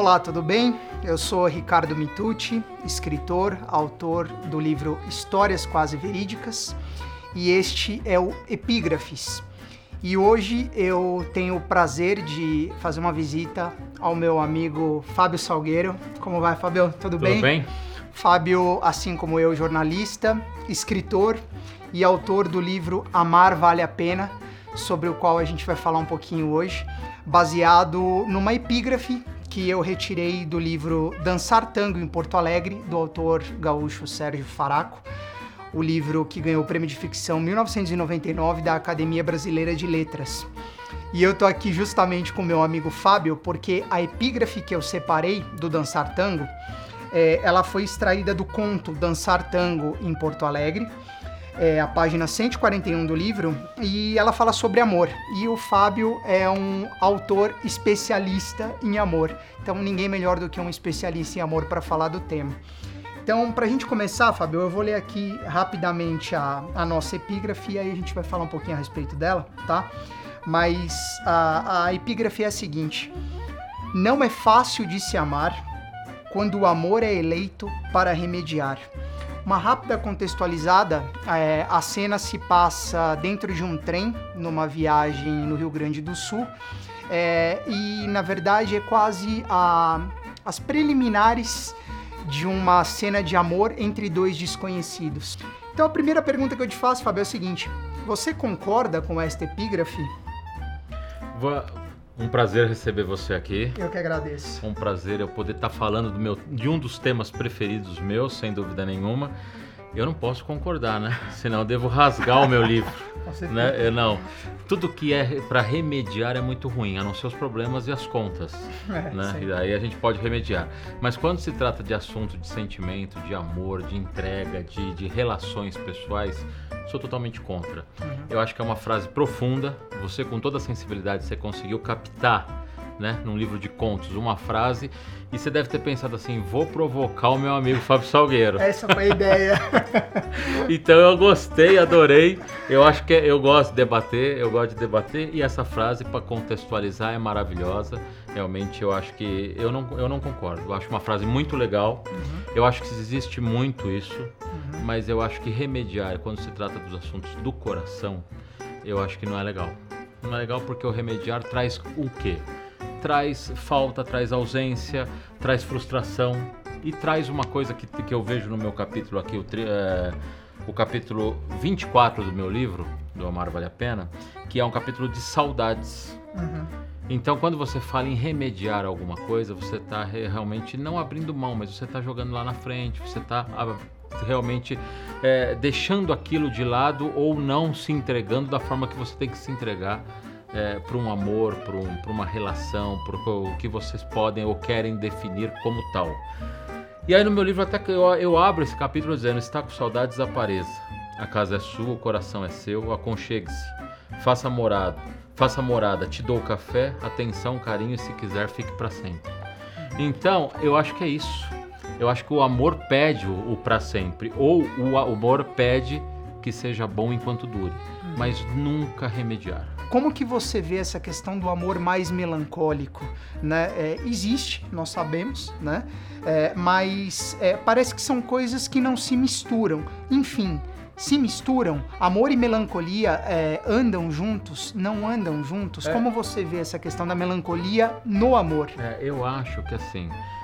Olá, tudo bem? Eu sou Ricardo Mitucci, escritor, autor do livro Histórias Quase Verídicas, e este é o Epígrafes. E hoje eu tenho o prazer de fazer uma visita ao meu amigo Fábio Salgueiro. Como vai, Fábio? Tudo bem? Tudo bem. Fábio, assim como eu, jornalista, escritor e autor do livro Amar Vale a Pena, sobre o qual a gente vai falar um pouquinho hoje, baseado numa epígrafe que eu retirei do livro Dançar Tango em Porto Alegre, do autor gaúcho Sérgio Faraco, o livro que ganhou o Prêmio de Ficção 1999 da Academia Brasileira de Letras. E eu tô aqui justamente com meu amigo Fábio, porque a epígrafe que eu separei do Dançar Tango, ela foi extraída do conto Dançar Tango em Porto Alegre, a página 141 do livro, e ela fala sobre amor. E o Fábio é um autor especialista em amor. Então ninguém melhor do que um especialista em amor para falar do tema. Então, para a gente começar, Fábio, eu vou ler aqui rapidamente a nossa epígrafe e aí a gente vai falar um pouquinho a respeito dela, tá? Mas a epígrafe é a seguinte: não é fácil de se amar quando o amor é eleito para remediar. Uma rápida contextualizada, a cena se passa dentro de um trem, numa viagem no Rio Grande do Sul, e na verdade é quase as preliminares de uma cena de amor entre dois desconhecidos. Então a primeira pergunta que eu te faço, Fábio, é a seguinte: você concorda com esta epígrafe? Um prazer receber você aqui. Eu que agradeço. Um prazer eu poder estar falando de um dos temas preferidos meus, sem dúvida nenhuma. Eu não posso concordar, né? Senão eu devo rasgar o meu livro. Né? Tudo que é para remediar é muito ruim, a não ser os problemas e as contas. Né? E daí a gente pode remediar. Mas quando se trata de assunto de sentimento, de amor, de entrega, de relações pessoais, sou totalmente contra. Eu acho que é uma frase profunda. Você, com toda a sensibilidade, você conseguiu captar, né, num livro de contos, uma frase, e você deve ter pensado assim: vou provocar o meu amigo Fábio Salgueiro. Essa foi a ideia. Então eu gostei, adorei. Eu acho que eu gosto de debater, e essa frase, para contextualizar, é maravilhosa. Realmente eu acho que eu não concordo. Eu acho uma frase muito legal. Eu acho que existe muito isso, mas eu acho que remediar, quando se trata dos assuntos do coração, eu acho que não é legal. Não é legal porque o remediar traz o quê? Traz falta, traz ausência, traz frustração, e traz uma coisa que eu vejo no meu capítulo aqui, o capítulo 24 do meu livro, do Amar Vale a Pena, que é um capítulo de saudades. Então, quando você fala em remediar alguma coisa, você está realmente não abrindo mão, mas você está jogando lá na frente, você está realmente deixando aquilo de lado, ou não se entregando da forma que você tem que se entregar para um amor, para uma relação, para o que vocês podem ou querem definir como tal. E aí no meu livro até que eu abro esse capítulo dizendo: está com saudades, apareça. A casa é sua, o coração é seu, aconchegue-se. Faça morada, te dou o café, atenção, carinho, e se quiser fique para sempre. Então, eu acho que é isso. Eu acho que o amor pede o para sempre, ou o amor pede que seja bom enquanto dure, mas nunca remediar. Como que você vê essa questão do amor mais melancólico, né? Existe, nós sabemos, né? Mas parece que são coisas que não se misturam. Enfim, se misturam? Amor e melancolia andam juntos? Não andam juntos? Como você vê essa questão da melancolia no amor? Eu acho que assim,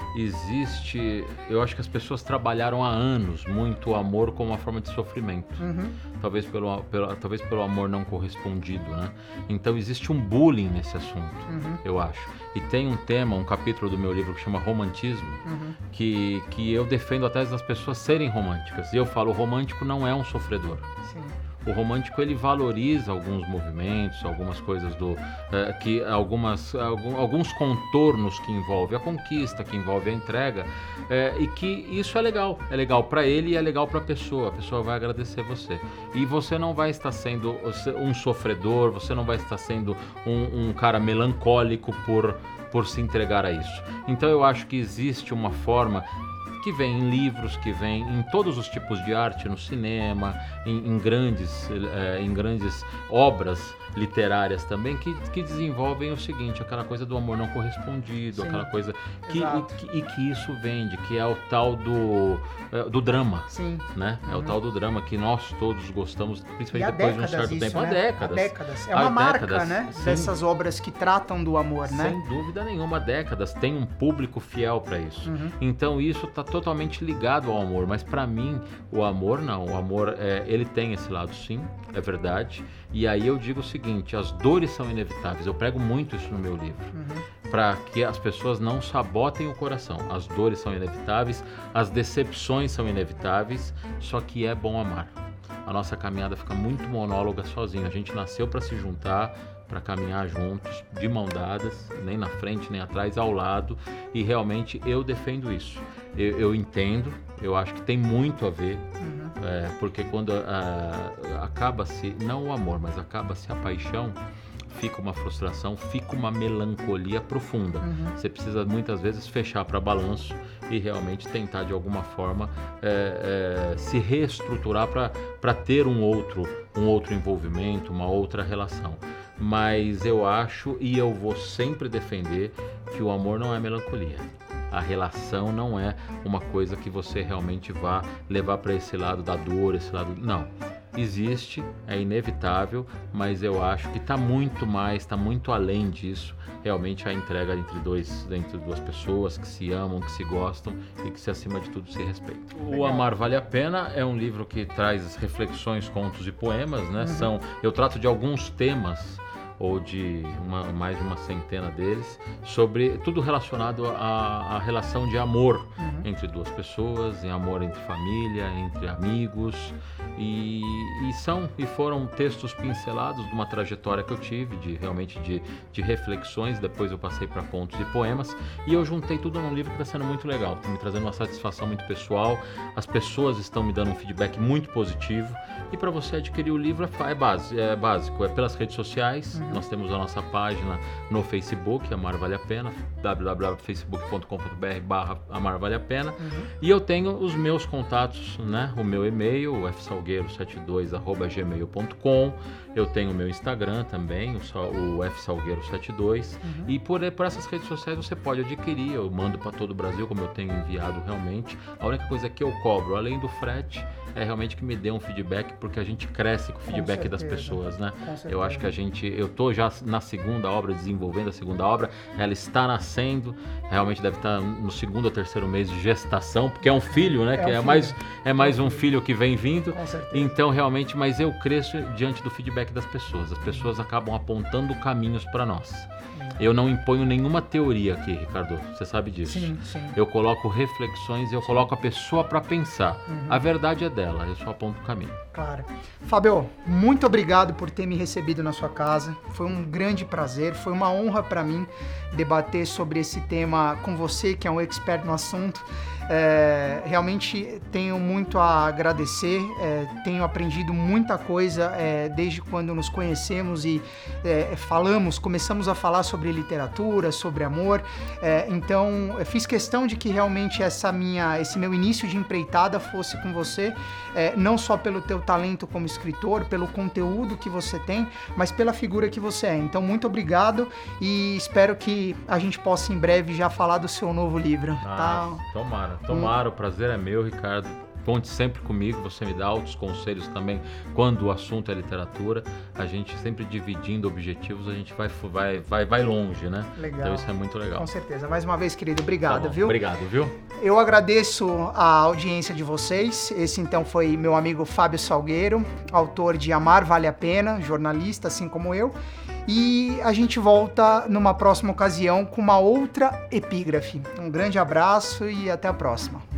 eu acho que as pessoas trabalharam há anos muito o amor como uma forma de sofrimento. Talvez pelo amor não correspondido, né? Então existe um bullying nesse assunto, eu acho. E tem um capítulo do meu livro que chama Romantismo, que eu defendo até das pessoas serem românticas. E eu falo: o romântico não é um sofredor. Sim. O romântico, ele valoriza alguns movimentos, algumas coisas alguns contornos que envolve a conquista, que envolve a entrega, e que isso é legal para ele e é legal para a pessoa vai agradecer você. E você não vai estar sendo um sofredor, você não vai estar sendo um cara melancólico por se entregar a isso. Então eu acho que existe uma forma que vem em livros, que vem em todos os tipos de arte, no cinema, em grandes obras literárias também que desenvolvem o seguinte, aquela coisa do amor não correspondido, Sim, aquela coisa que isso vende, que é o tal do drama. Sim. Né? É o tal do drama que nós todos gostamos, principalmente E depois de um certo isso, tempo. né? Há décadas. É uma marca, décadas, né? sim. Dessas obras que tratam do amor, né? Sem dúvida nenhuma, décadas. Tem um público fiel para isso. Então isso está totalmente ligado ao amor. Mas para mim, o amor não. O amor, ele tem esse lado sim, é verdade. E aí eu digo o seguinte, as dores são inevitáveis. Eu prego muito isso no meu livro. Para que as pessoas não sabotem o coração. As dores são inevitáveis, as decepções são inevitáveis, só que é bom amar. A nossa caminhada fica muito monóloga sozinho. A gente nasceu para se juntar, para caminhar juntos, de mão dadas, nem na frente, nem atrás, ao lado. E realmente eu defendo isso. Eu entendo, eu acho que tem muito a ver, porque quando acaba-se, não o amor, mas acaba-se a paixão, fica uma frustração, fica uma melancolia profunda. Você precisa muitas vezes fechar para balanço e realmente tentar de alguma forma se reestruturar para ter um outro envolvimento, uma outra relação. Mas eu acho e eu vou sempre defender que o amor não é melancolia. A relação não é uma coisa que você realmente vá levar para esse lado da dor, esse lado... Não. Existe, é inevitável, mas eu acho que está muito mais, está muito além disso, realmente a entrega entre duas pessoas que se amam, que se gostam e que, acima de tudo, se respeitam. O Amar Vale a Pena é um livro que traz reflexões, contos e poemas, né? Eu trato de alguns temas, ou de mais de uma centena deles, sobre tudo relacionado à relação de amor entre duas pessoas, em amor entre família, entre amigos, e foram textos pincelados de uma trajetória que eu tive, de reflexões. Depois eu passei para contos e poemas, e eu juntei tudo num livro que está sendo muito legal, está me trazendo uma satisfação muito pessoal, as pessoas estão me dando um feedback muito positivo, e para você adquirir o livro é básico, é pelas redes sociais. Nós temos a nossa página no Facebook, Amar Vale a Pena, www.facebook.com.br/Amar Vale a Pena. E eu tenho os meus contatos, né? O meu e-mail, fsalgueiro72@gmail.com. Eu tenho o meu Instagram também, o fsalgueiro72. E por essas redes sociais você pode adquirir. Eu mando para todo o Brasil, como eu tenho enviado realmente. A única coisa que eu cobro, além do frete, é realmente que me dê um feedback, porque a gente cresce com o feedback das pessoas, né? Eu acho que eu tô já na segunda obra, desenvolvendo a segunda obra, ela está nascendo, realmente deve estar no segundo ou terceiro mês de gestação, porque é um filho, né? É mais um filho que vem vindo. Então realmente, mas eu cresço diante do feedback das pessoas. As pessoas acabam apontando caminhos para nós. Eu não imponho nenhuma teoria aqui, Ricardo, você sabe disso. Sim. Eu coloco reflexões, eu coloco a pessoa para pensar. A verdade é dela, eu só aponto o caminho. Claro. Fábio, muito obrigado por ter me recebido na sua casa. Foi um grande prazer, foi uma honra para mim debater sobre esse tema com você, que é um expert no assunto. Realmente tenho muito a agradecer, tenho aprendido muita coisa desde quando nos conhecemos e começamos a falar sobre literatura, sobre amor. Então eu fiz questão de que realmente esse meu início de empreitada fosse com você, não só pelo teu talento como escritor, pelo conteúdo que você tem, mas pela figura que você é. Então muito obrigado e espero que a gente possa em breve já falar do seu novo livro. Tá? Tomara, o prazer é meu, Ricardo. Conte sempre comigo, você me dá altos conselhos também quando o assunto é literatura. A gente sempre dividindo objetivos, a gente vai longe, né? Legal. Então isso é muito legal. Com certeza. Mais uma vez, querido, obrigado, viu? Obrigado, viu? Eu agradeço a audiência de vocês. Esse então foi meu amigo Fábio Salgueiro, autor de Amar Vale a Pena, jornalista assim como eu. E a gente volta numa próxima ocasião com uma outra epígrafe. Um grande abraço e até a próxima.